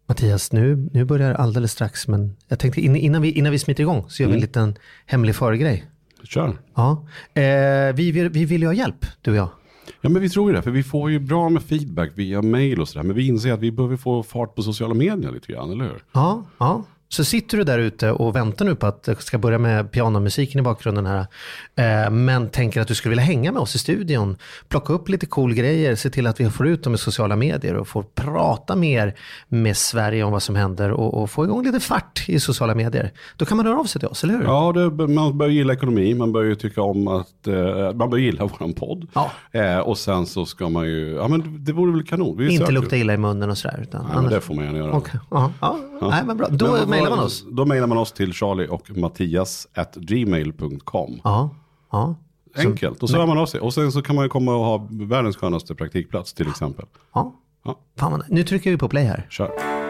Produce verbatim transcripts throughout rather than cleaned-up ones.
Mattias, nu, nu börjar det alldeles strax, men jag tänkte innan vi, innan vi smiter igång så gör vi en mm. liten hemlig förgrej. Kör. Ja. Eh, vi, vi, vi vill ju ha hjälp, du och jag. Ja, men vi tror ju det, för vi får ju bra med feedback via mail och sådär. Men vi inser att vi behöver få fart på sociala medier lite grann, eller hur? Ja, ja. Så sitter du där ute och väntar nu på att det ska börja med pianomusiken i bakgrunden här. Eh, men tänker att du skulle vilja hänga med oss i studion. Plocka upp lite cool grejer. Se till att vi får ut dem i sociala medier. Och får prata mer med Sverige om vad som händer. Och, och få igång lite fart i sociala medier. Då kan man röra av sig till oss, eller hur? Ja, det, man bör gilla ekonomi. Man bör ju tycka om att... Eh, man bör gilla våran podd. Ja. Eh, och sen så ska man ju... Ja, men det vore väl kanon. Vi Inte lukta illa i munnen och sådär. Utan Nej, annars... men det får man gärna göra. Okay. Ja, ja. Ja. Nej, men bra. Då men, mailar man oss. Då mailar man oss till Charlie och Mattias at gmail dot com. Ja, ja. Enkelt. Och så hör man av sig. Och sen så kan man ju komma och ha världens skönaste praktikplats till exempel. Ja. Ja. Fan, man, nu trycker vi på play här. Kör.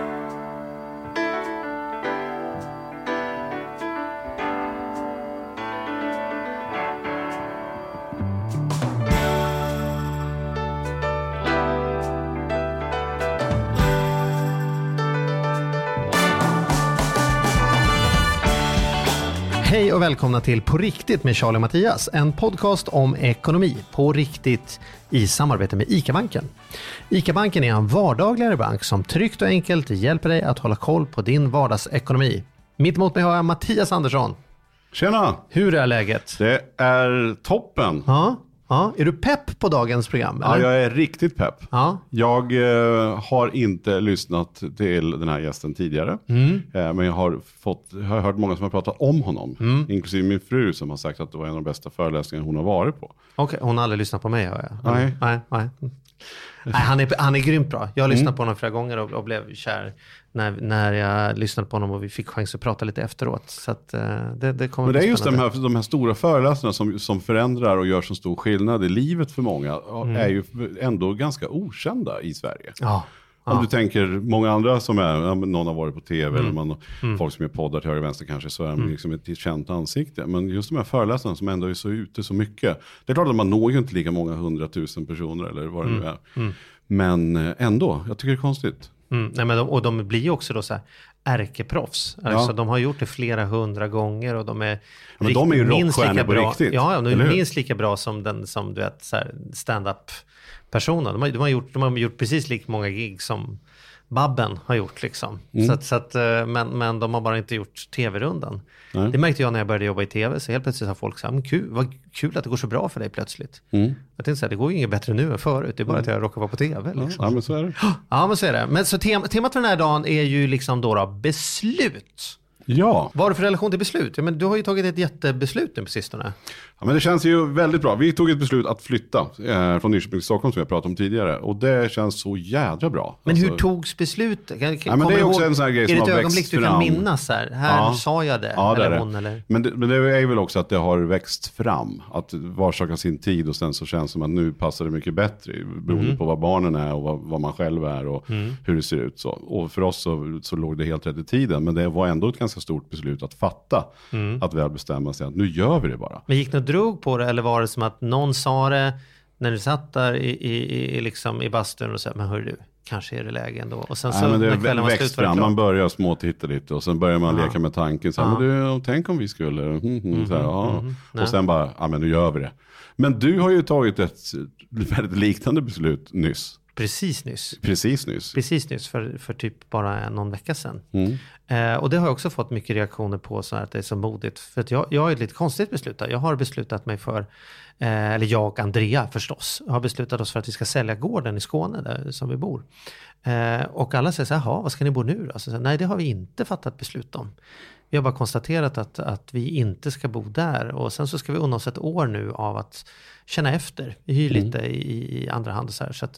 Hej och välkomna till På riktigt med Charlie och Mattias, en podcast om ekonomi på riktigt i samarbete med ICA-banken. ICA-banken är en vardagligare bank som tryggt och enkelt hjälper dig att hålla koll på din vardagsekonomi. Mitt emot mig har jag Mattias Andersson. Tjena! Hur är läget? Det är toppen. Ja. Ja, är du pepp på dagens program? Eller? Ja, jag är riktigt pepp. Ja. Jag eh, har inte lyssnat till den här gästen tidigare. Mm. Eh, men jag har, fått, har hört många som har pratat om honom. Mm. Inklusive min fru som har sagt att det var en av de bästa föreläsningarna hon har varit på. Okej, okay, hon har aldrig lyssnat på mig, hör jag. Nej. Nej, nej. Nej, han är, han är grymt bra. Jag har lyssnat mm. på honom flera gånger och, och blev kär när, när jag lyssnade på honom och vi fick chans att prata lite efteråt. Så att, uh, det, det kommer. Men det är just de här, de här stora föreläsningarna som, som förändrar och gör så stor skillnad i livet för många mm. är ju ändå ganska okända i Sverige. Ja. Om ja. du tänker många andra som är, någon har varit på tv mm. eller man, mm. folk som är poddar till höger och vänster kanske, så är de mm. liksom ett känt ansikte. Men just de här föreläsarna som ändå är så ute så mycket. Det är klart att man når ju inte lika många hundratusen personer eller vad det mm. nu är. Mm. Men ändå, jag tycker det är konstigt. Mm. Nej, men de, och de blir ju också då så här ärkeproffs. Alltså, ja. De har gjort det flera hundra gånger och de är, ja, men de är ju minst lika på bra. Riktigt. Ja, de är minst lika bra som den som du vet så här stand-up personen. De har, de har gjort de har gjort precis lika många gig som Babben har gjort liksom. Mm. Så att, så att, men, men de har bara inte gjort tv-rundan. Nej. Det märkte jag när jag började jobba i tv. Så helt plötsligt har folk sagt, men kul, vad kul att det går så bra för dig plötsligt. Mm. Jag tänkte säga, det går ju inget bättre nu än förut. Det är bara mm. att jag råkar vara på tv. Liksom. Ja, men så är det. Ja, men så är det. Men så tema, temat för den här dagen är ju liksom då, då beslut. Ja. Vad har du för relation till beslut? Ja, men du har ju tagit ett jättebeslut nu på sistone. Ja, men det känns ju väldigt bra. Vi tog ett beslut att flytta eh, från Nyköping till Stockholm som jag pratade om tidigare. Och det känns så jädra bra. Men alltså... hur togs beslutet? Kan, ja, men det är också ihåg... en sån här grej är som har det ett växt ögonblick du kan fram. minnas här? Här ja. sa jag det. Ja, det eller är hon, det. eller? Men, det, men det är väl också att det har växt fram. Att var sak har sin tid och sen så känns det som att nu passar det mycket bättre. Beroende mm. på vad barnen är och vad, vad man själv är och mm. hur det ser ut. Så. Och för oss så, så låg det helt rätt i tiden. Men det var ändå ett ganska stort beslut att fatta. Mm. Att väl bestämma sig att nu gör vi det bara. Men gick ni och drog på det eller var det som att någon sa det när du satt där i, i, i, liksom i bastun och sa, men hör du, kanske är det läge ändå. Och sen så Nej, men det när kvällen var slut fram. Man börjar smått hitta lite och sen börjar man ja. leka med tanken. Så här, ja. men du, tänk om vi skulle. Mm, mm, mm, så här, ja. mm, mm, och sen bara, ja men nu gör vi det. Men du har ju tagit ett väldigt liknande beslut nyss. Precis nyss. Precis nyss. Precis nyss, för, för typ bara någon vecka sedan. Mm. Eh, och det har jag också fått mycket reaktioner på, så att det är så modigt. För att jag, jag har ett lite konstigt beslut där. Jag har beslutat mig för, eh, eller jag och Andrea förstås, har beslutat oss för att vi ska sälja gården i Skåne där som vi bor. Eh, och alla säger så här, vad ska ni bo nu då? Så så här, nej, det har vi inte fattat beslut om. Vi har bara konstaterat att, att vi inte ska bo där. Och sen så ska vi unna oss ett år nu av att känna efter. Vi hyr lite mm. i, i andra hand och så här. Så, att,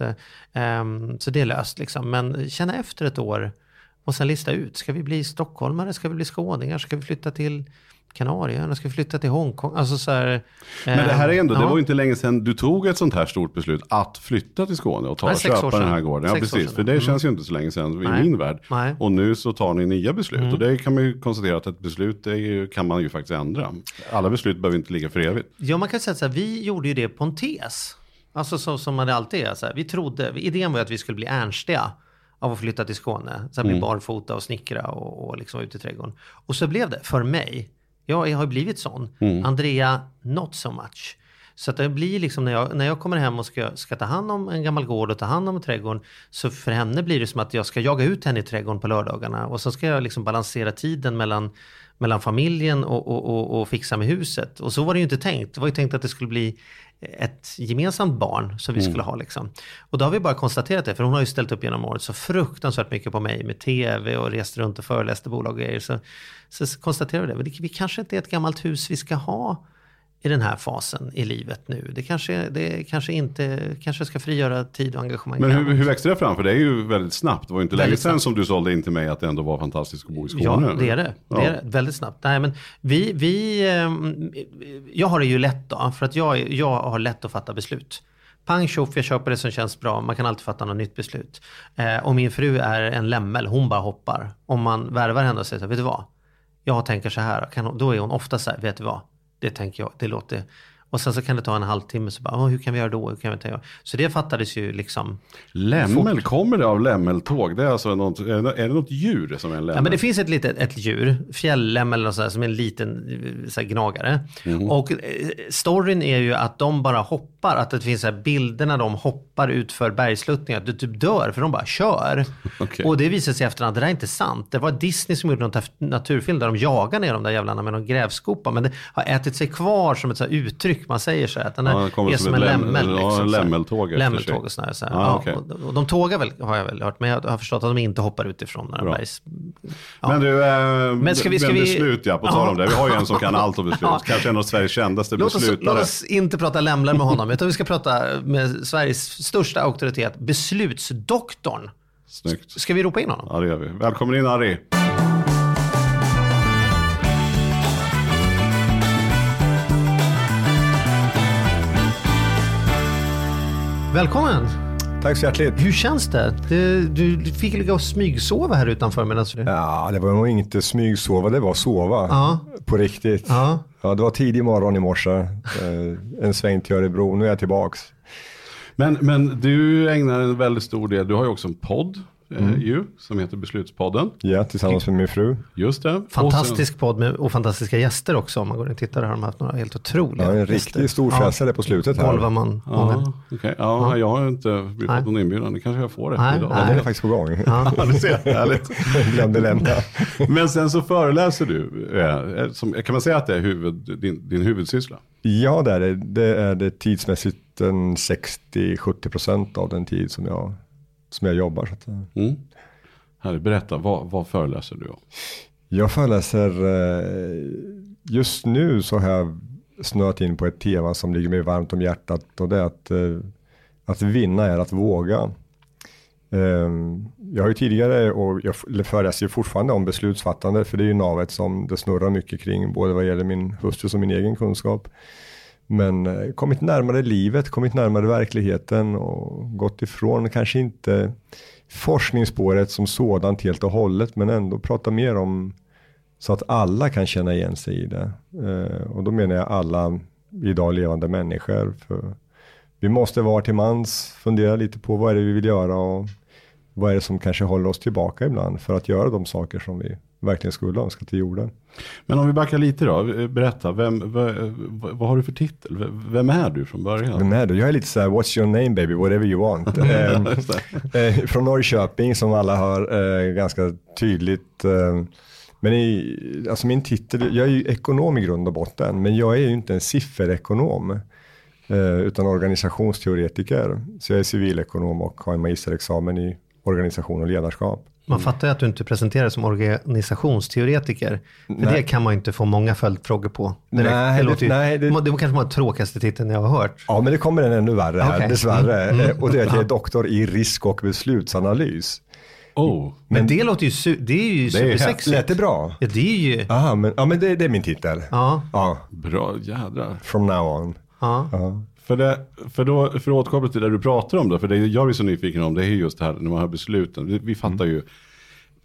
um, så det är löst liksom. Men känna efter ett år och sen lista ut. Ska vi bli stockholmare? Ska vi bli skåningar? Ska vi flytta till Kanarieöarna? Ska vi flytta till Hongkong? Alltså så här, men det här är ändå, ja. det var ju inte länge sedan du tog ett sånt här stort beslut att flytta till Skåne och ta och köpa den här gården. Ja, precis. För det mm. känns ju inte så länge sedan i Nej. min värld. Nej. Och nu så tar ni nya beslut. Mm. Och det kan man ju konstatera att ett beslut det är ju, kan man ju faktiskt ändra. Alla beslut behöver inte ligga för evigt. Ja, man kan säga så här, vi gjorde ju det på en tes. Alltså så som det alltid är. Så här, vi trodde, idén var att vi skulle bli ernstiga. av att flytta till Skåne. Sen bli mm. barfota och snickra och, och liksom ut i trädgården. Och så blev det för mig. Jag, jag har blivit sån. Mm. Andrea, not so much. Så att det blir liksom när jag, när jag kommer hem och ska, ska ta hand om en gammal gård och ta hand om trädgården, så för henne blir det som att jag ska jaga ut henne i trädgården på lördagarna och så ska jag liksom balansera tiden mellan, mellan familjen och, och, och, och fixa med huset. Och så var det ju inte tänkt. Det var ju tänkt att det skulle bli ett gemensamt barn som vi skulle ha liksom. Och då har vi bara konstaterat det, för hon har ju ställt upp genom året så fruktansvärt mycket på mig med tv och rest runt och föreläste bolag och grejer. Så, så konstaterar vi det. Men det, vi kanske inte är ett gammalt hus vi ska ha i den här fasen i livet nu. Det kanske, det kanske inte kanske ska frigöra tid och engagemang. Men hur, hur växte det fram? För det är ju väldigt snabbt. Det var ju inte länge sedan som du sålde in till mig att det ändå var fantastiskt att bo i Skåne. Ja, det är det. Det är det. Väldigt snabbt. Nej, men vi, vi, jag har det ju lätt då. För att jag, jag har lätt att fatta beslut. Pang, tjoff, jag köper det som känns bra. Man kan alltid fatta något nytt beslut. Eh, och min fru är en lämmel. Hon bara hoppar. Om man värvar henne och säger så här, vet du vad? Jag tänker så här. Kan, då är hon ofta så här, vet du vad? Det tänker jag, det låter... Och sen så kan det ta en halvtimme så bara, hur kan vi göra då? Hur kan vi ta? Så det fattades ju liksom... Lämmel, fort. Kommer det av lämmeltåg? Det är alltså något, är det, är det något djur som är en lämmel? Ja, men det finns ett litet ett djur, fjälllämmel eller så här, som är en liten så här, gnagare. Mm. Och eh, storyn är ju att de bara hoppar, att det finns så här bilder när de hoppar ut för bergsluttningar, att du typ dör för de bara kör. Okay. Och det visar sig efterhand, det där är inte sant. Det var Disney som gjorde någon naturfilm där de jagar ner de där jävlarna med någon grävskopa, men det har ätit sig kvar som ett så här uttryck. Man säger så här, att den är, ja, är som en lämmel. lämmel liksom, ja, en lämmeltåg. Lämmeltåg och sådär. Så här. Ah, ja, okay. och, och de tågar väl, har jag väl hört, men jag har förstått att de inte hoppar utifrån när de bergs. Ja. Men du, äh, men ska vi, ska vi... beslut, ja, på tal om det. Vi har ju en som kan allt om beslut. Ja. Kanske en av Sveriges kändaste låt beslutare. Oss, låt oss inte prata lämlar med honom, utan vi ska prata med Sveriges största auktoritet, beslutsdoktorn. Snyggt. Ska vi ropa in honom? Ja, det gör vi. Välkommen in, Ari. Välkommen! Tack så hjärtligt. Hur känns det? Du, du fick ligga och smygsova här utanför medan du... Ja, det var nog inte smygsova, det var sova. Ja. På riktigt. Ja. Ja, det var tidig morgon i morse. En sväng till Örebro, nu är jag tillbaks. Men, men du ägnar en väldigt stor del, du har ju också en podd. Mm. Eh, ju, som heter Beslutspodden. Ja, tillsammans med min fru. Just det. Fantastisk sen... podd med, och fantastiska gäster också. Om man går och tittar där har de haft några helt otroliga ja, en gäster. Riktig storfräsare ja. På slutet här. Golvar man. Ja, okay. ja, ja, jag har inte blivit fått någon inbjudan. Det kanske jag får det nej, idag. Nej, det är faktiskt på gång. Ja, det ser härligt. Glömde lämna. Men sen så föreläser du. Eh, som, kan man säga att det är huvud, din, din huvudsyssla? Ja, det är det. Det är det tidsmässigt en sextio till sjuttio procent av den tid som jag, som jag jobbar. Så att, mm. Harry, berätta, vad, vad föreläser du om? Jag föreläser, just nu så har jag snöat in på ett tema som ligger mig varmt om hjärtat, och det är att, att vinna är att våga. Jag har ju tidigare, och jag föreläser ju fortfarande om beslutsfattande, för det är ju navet som det snurrar mycket kring, både vad gäller min hustru och min egen kunskap. Men kommit närmare livet, kommit närmare verkligheten och gått ifrån kanske inte forskningsspåret som sådant helt och hållet, men ändå prata mer om så att alla kan känna igen sig i det. Eh, och då menar jag alla idag levande människor. För vi måste vara till mans fundera lite på vad är det vi vill göra och vad är det som kanske håller oss tillbaka ibland för att göra de saker som vi verkligen skulle önska att vi gjorde. Men om vi backar lite då, berätta, vem, vad, vad har du för titel? Vem är du från början? Vem är du? Jag är lite så här, what's your name baby, whatever you want. eh, eh, från Norrköping som alla hör eh, ganska tydligt. Eh, men i, alltså min titel, jag är ju ekonom i grund och botten, men jag är ju inte en sifferekonom eh, utan organisationsteoretiker. Så jag är civilekonom och har en magisterexamen i organisation och ledarskap. Man fattar ju att du inte presenterar som organisationsteoretiker. För nej. Det kan man ju inte få många följdfrågor på. Direkt. Nej, det, låter ju, nej, det, det var kanske den tråkigaste titeln jag har hört. Ja, men det kommer en ännu värre här, okay. dessvärre. Mm. Och det är att jag är doktor i risk- och beslutsanalys. Oh. Men, men det låter ju, su- det är ju supersexigt. Lät det bra? Ja, det är ju... Aha, men, ja, men det, det är min titel. Ja. Ja. Bra, jädrar. From now on. Ja. Ja. För, det, för, då, för att återkoppla till det du pratar om då, för det jag är så nyfiken om, det är just det här när man har besluten. Vi, vi fattar mm. ju,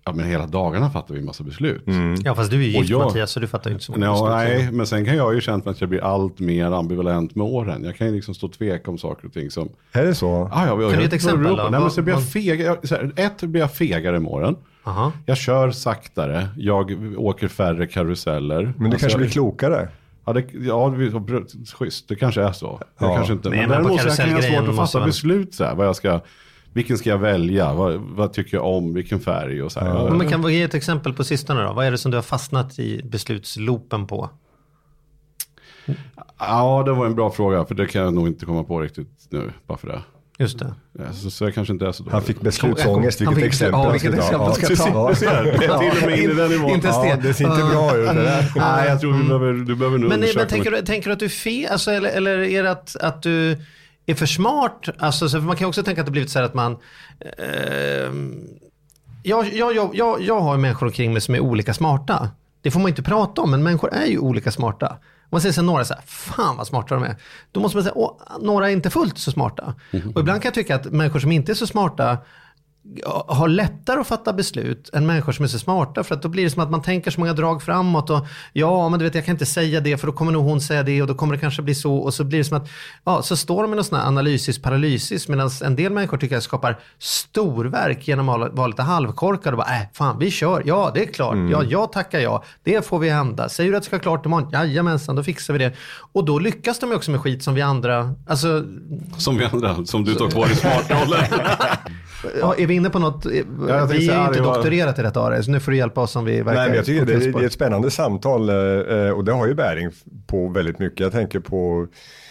Ja, men hela dagarna fattar vi en massa beslut. Mm. Ja, fast du är ju gift, jag, Mattias, så du fattar ju inte så många no, beslut. Nej, men sen kan jag ju känna att jag blir allt mer ambivalent med åren. Jag kan ju liksom stå tveka om saker och ting som... Är det så? Ah, ja, kan du ge ett exempel då? Nej, men så blir jag fega, jag, så här, ett blir jag fegare imorgon. Aha. Jag kör saktare. Jag åker färre karuseller. Men du alltså, kanske jag, blir klokare. Ja, det, ja, schysst. Det kanske är så. Det ja. kanske inte. Men, men men däremot så kan jag svårt att fatta man... beslut så här, vad jag ska... Vilken ska jag välja? Vad, vad tycker jag om? Vilken färg? Och så här. Ja. Men kan vi ge ett exempel på sistone då? Vad är det som du har fastnat i beslutsloopen på? Ja, det var en bra fråga. För det kan jag nog inte komma på riktigt nu. Bara för det. Just det. Ja, så, så jag kanske inte är så dålig. Han fick beslutsångest. Vilket fick, exempel ja, vilket exempel ska ta. ta. Du ser, det är till och med in i den nivån. Inte ja, det ser inte bra ut. Det där. Nej, jag tror du behöver, du behöver nog Men, men tänker, med... du, tänker du att du är fel? Alltså, eller, eller är det att, att du är för smart? Alltså, så man kan också tänka att det blivit så här att man... Eh, jag, jag, jag, jag, jag har människor omkring mig som är olika smarta. Det får man inte prata om, men människor är ju olika smarta. Om man säger så några så här, fan vad smarta de är. Då måste man säga, åh, några är inte fullt så smarta. Mm. Och ibland kan jag tycka att människor som inte är så smarta har lättare att fatta beslut än människor som är så smarta, för att då blir det som att man tänker så många drag framåt och ja, men du vet, jag kan inte säga det för då kommer nog hon säga det och då kommer det kanske bli så, och så blir det som att ja, så står de med någon sån här analysis paralysis, medan en del människor tycker jag skapar storverk genom att vara lite halvkorkade och bara, äh, fan vi kör, ja det är klart, mm. ja jag tackar ja, det får vi hända, säger du att det ska klart imorgon, jajamensan, då fixar vi det, och då lyckas de också med skit som vi andra, alltså som vi andra, som du tar kvar i smartrollen. Ja, är vi inne på något? Ja, vi är ju inte var... doktorerat i detta, Ari, så nu får du hjälpa oss om vi verkar... Nej, men jag tycker det är, det är ett spännande samtal och det har ju bäring på väldigt mycket. Jag tänker på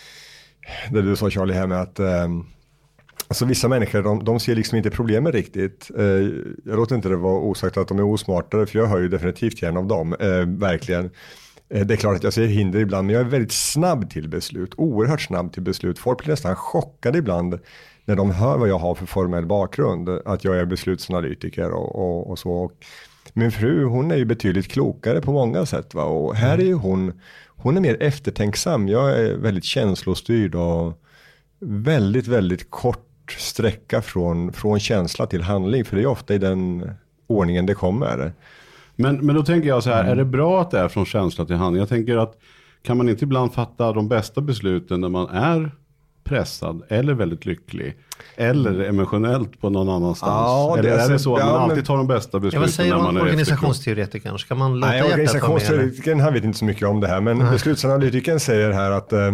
det du sa, Charlie, här med att alltså, vissa människor, de, de ser liksom inte problemet riktigt. Jag låter inte det vara osagt att de är osmartare, för jag hör ju definitivt till en av dem, verkligen. Det är klart att jag ser hinder ibland, men jag är väldigt snabb till beslut, oerhört snabb till beslut. Folk blir nästan chockade ibland när de hör vad jag har för formell bakgrund, att jag är beslutsanalytiker och, och, och så. Och min fru, hon är ju betydligt klokare på många sätt, va? Och här är ju hon, hon är mer eftertänksam. Jag är väldigt känslostyrd och väldigt, väldigt kort sträcka från, från känsla till handling, för det är ofta i den ordningen det kommer. Men, men då tänker jag så här, mm. är det bra att det är från känsla till handling? Jag tänker att kan man inte ibland fatta de bästa besluten när man är pressad eller väldigt lycklig eller emotionellt på någon annanstans? Ja, eller är det så att ja, man alltid men... tar de bästa besluten? Ja, vad säger när man är organisationsteoretikern? Ska man låta Nej, organisationsteoretikern, han vet inte så mycket om det här, men mm. beslutsanalytikern säger här att eh,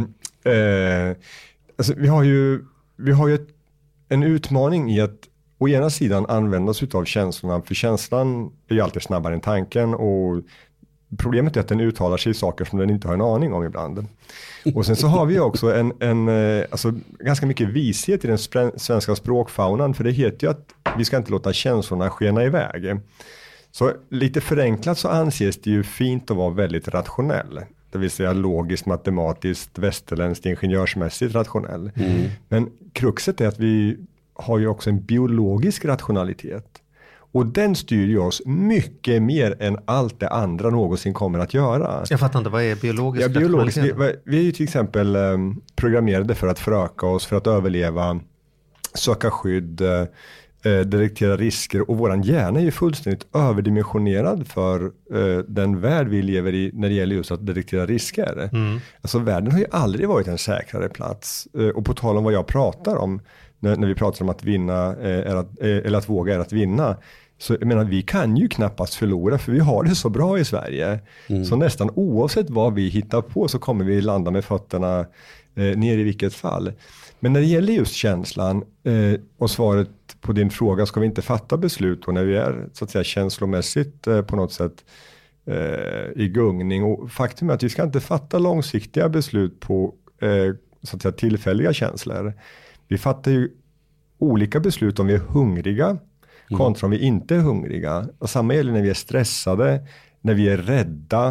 alltså, vi har ju, vi har ju ett, en utmaning i att å ena sidan användas utav känslorna, för känslan är ju alltid snabbare än tanken, och problemet är att den uttalar sig i saker som den inte har en aning om ibland. Och sen så har vi också en, en alltså, ganska mycket vishet i den svenska språkfaunan, för det heter ju att vi ska inte låta känslorna skena iväg. Så lite förenklat så anses det ju fint att vara väldigt rationell. Det vill säga logiskt, matematiskt, västerländskt, ingenjörsmässigt rationell. Mm. Men kruxet är att vi har ju också en biologisk rationalitet. Och den styr ju oss mycket mer än allt det andra någonsin kommer att göra. Jag fattar inte, vad är biologisk ja, biologisk, vi, vi är ju till exempel um, programmerade för att föröka oss, för att överleva, söka skydd, uh, detektera risker. Och våran hjärna är ju fullständigt överdimensionerad för uh, den värld vi lever i när det gäller just att detektera risker. Mm. Alltså världen har ju aldrig varit en säkrare plats. Uh, och på tal om vad jag pratar om, när, när vi pratar om att vinna uh, är att, uh, eller att våga är att vinna. Så jag menar, vi kan ju knappast förlora, för vi har det så bra i Sverige. Mm. Så nästan oavsett vad vi hittar på så kommer vi landa med fötterna eh, ner i vilket fall. Men när det gäller just känslan eh, och svaret på din fråga, ska vi inte fatta beslut och när vi är så att säga känslomässigt eh, på något sätt eh, i gungning. Och faktum är att vi ska inte fatta långsiktiga beslut på eh, så att säga tillfälliga känslor. Vi fattar ju olika beslut om vi är hungriga kontra om vi inte är hungriga. Och samma gäller när vi är stressade, när vi är rädda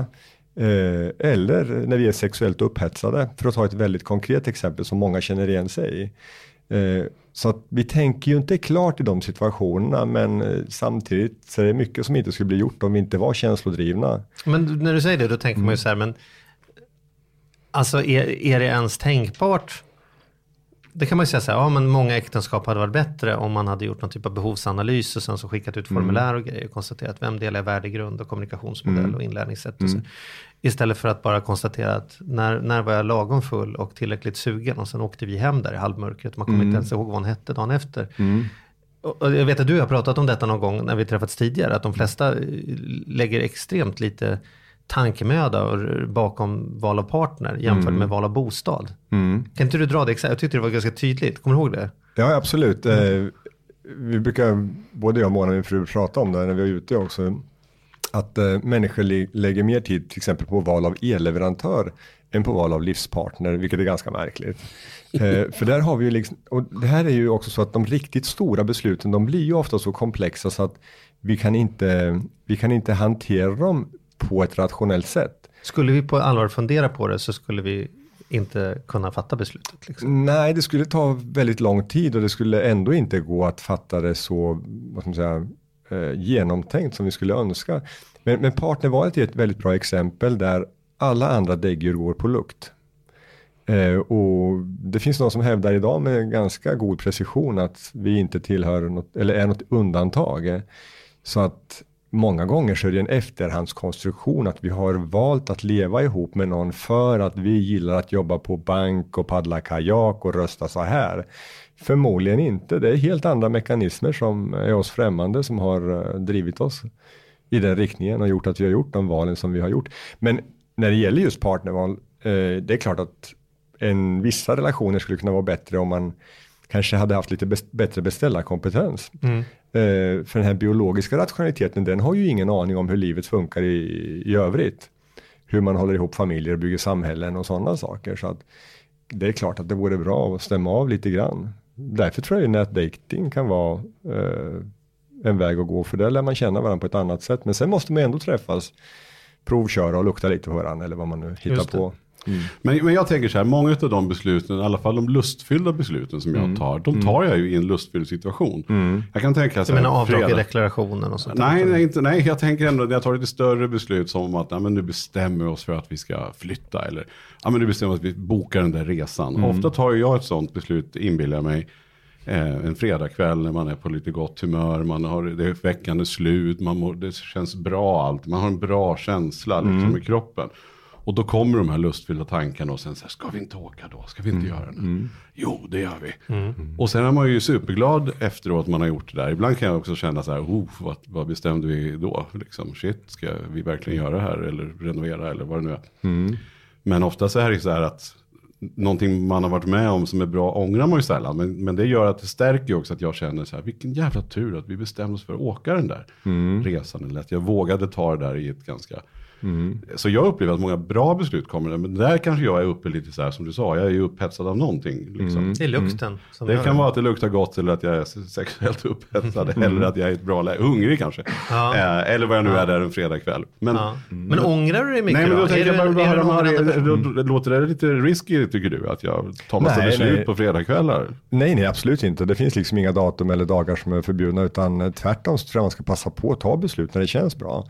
eh, eller när vi är sexuellt upphetsade. För att ta ett väldigt konkret exempel som många känner igen sig i. Eh, så att vi tänker ju inte klart i de situationerna, men eh, samtidigt så är det mycket som inte skulle bli gjort om vi inte var känslodrivna. Men när du säger det, då tänker mm. man ju så här, men alltså är, är det ens tänkbart? det kan man ju säga så här, ja men många äktenskap hade varit bättre om man hade gjort någon typ av behovsanalys och sen så skickat ut formulär och grejer och konstaterat vem delar värdegrund och kommunikationsmodell mm. och inlärningssätt och så. Mm. Istället för att bara konstatera att när, när var jag lagom full och tillräckligt sugen och sen åkte vi hem där i halvmörkret. Man kommer mm. inte ens ihåg vad hon hette dagen efter. Mm. Och jag vet att du har pratat om detta någon gång när vi träffats tidigare, att de flesta lägger extremt lite tankemöda bakom val av partner jämfört mm. med val av bostad. Mm. Kan inte du dra det exakt? Jag tyckte det var ganska tydligt. Kommer du ihåg det? Ja, absolut. Mm. Eh, vi brukar, både jag och Mona, min fru, prata om det när vi är ute också. Att eh, människor lä- lägger mer tid till exempel på val av elleverantör än på val av livspartner, vilket är ganska märkligt. eh, för där har vi ju liksom, och det här är ju också så att de riktigt stora besluten, de blir ju ofta så komplexa så att vi kan inte, vi kan inte hantera dem på ett rationellt sätt. Skulle vi på allvar fundera på det så skulle vi inte kunna fatta beslutet? Liksom. Nej, det skulle ta väldigt lång tid och det skulle ändå inte gå att fatta det så, vad ska man säga, eh, genomtänkt som vi skulle önska. Men, men partnervalet är ett väldigt bra exempel där alla andra däggdjur går på lukt. Eh, och det finns någon som hävdar idag med ganska god precision att vi inte tillhör något, eller är något undantag. Så att många gånger så är det en efterhandskonstruktion att vi har valt att leva ihop med någon för att vi gillar att jobba på bank och paddla kajak och rösta så här. Förmodligen inte. Det är helt andra mekanismer som är oss främmande som har drivit oss i den riktningen och gjort att vi har gjort de valen som vi har gjort. Men när det gäller just partnerval, eh, det är klart att en, vissa relationer skulle kunna vara bättre om man kanske hade haft lite best, bättre beställarkompetens. Mm. Eh, för den här biologiska rationaliteten, den har ju ingen aning om hur livet funkar i, i övrigt. Hur man håller ihop familjer, bygger samhällen och sådana saker. Så att det är klart att det vore bra att stämma av lite grann. Därför tror jag att nätdating kan vara eh, en väg att gå. För där lär man känna varandra på ett annat sätt. Men sen måste man ändå träffas, provköra och lukta lite på varandra eller vad man nu hittar på. Mm. Men, men jag tänker så här, många av de besluten, i alla fall de lustfyllda besluten som jag tar, de tar jag ju i en lustfylld situation. Mm. Jag kan tänka så här, du menar avdrag i deklarationen och sånt? Nej, nej, inte, nej, jag tänker ändå att jag tar lite större beslut som att ja, men nu bestämmer vi oss för att vi ska flytta eller ja, men nu bestämmer vi att vi bokar den där resan. Mm. Ofta tar jag ett sånt beslut, inbillar mig, eh, en fredagkväll när man är på lite gott humör, man har det är veckande slut, man mår, det känns bra allt, man har en bra känsla liksom, mm. i kroppen. Och då kommer de här lustfyllda tankarna och sen så här, ska vi inte åka då? Ska vi inte mm. göra det? Mm. Jo, det gör vi. Mm. Och sen är man ju superglad efteråt man har gjort det där. Ibland kan jag också känna så här, oh, vad, vad bestämde vi då? Liksom, shit, ska vi verkligen göra det här? Eller renovera eller vad det nu är. Mm. Men ofta så är det så här att någonting man har varit med om som är bra ångrar man ju sällan. Men, men det gör att det stärker ju också att jag känner så här, vilken jävla tur att vi bestämde oss för att åka den där mm. resan. Eller att jag vågade ta det där i ett ganska... Mm. Så jag upplever att många bra beslut kommer där, men där kanske jag är uppe lite så här som du sa, jag är ju upphetsad av någonting liksom. Mm. Det är lukten mm. som det kan det. Vara att det luktar gott eller att jag är sexuellt upphetsad mm. eller att jag är ett bra läge, hungrig kanske ja. eh, eller vad jag nu ja. Är där en fredagkväll men, ja. mm. men ångrar du dig mycket? Nej, men då, då tänker jag bara, är bara, bara, är, då, låter det lite risky tycker du att jag tar massa nej, beslut nej. På fredagkvällar? Nej, nej, absolut inte. Det finns liksom inga datum eller dagar som är förbjudna utan tvärtom så tror jag man ska passa på att ta beslut när det känns bra.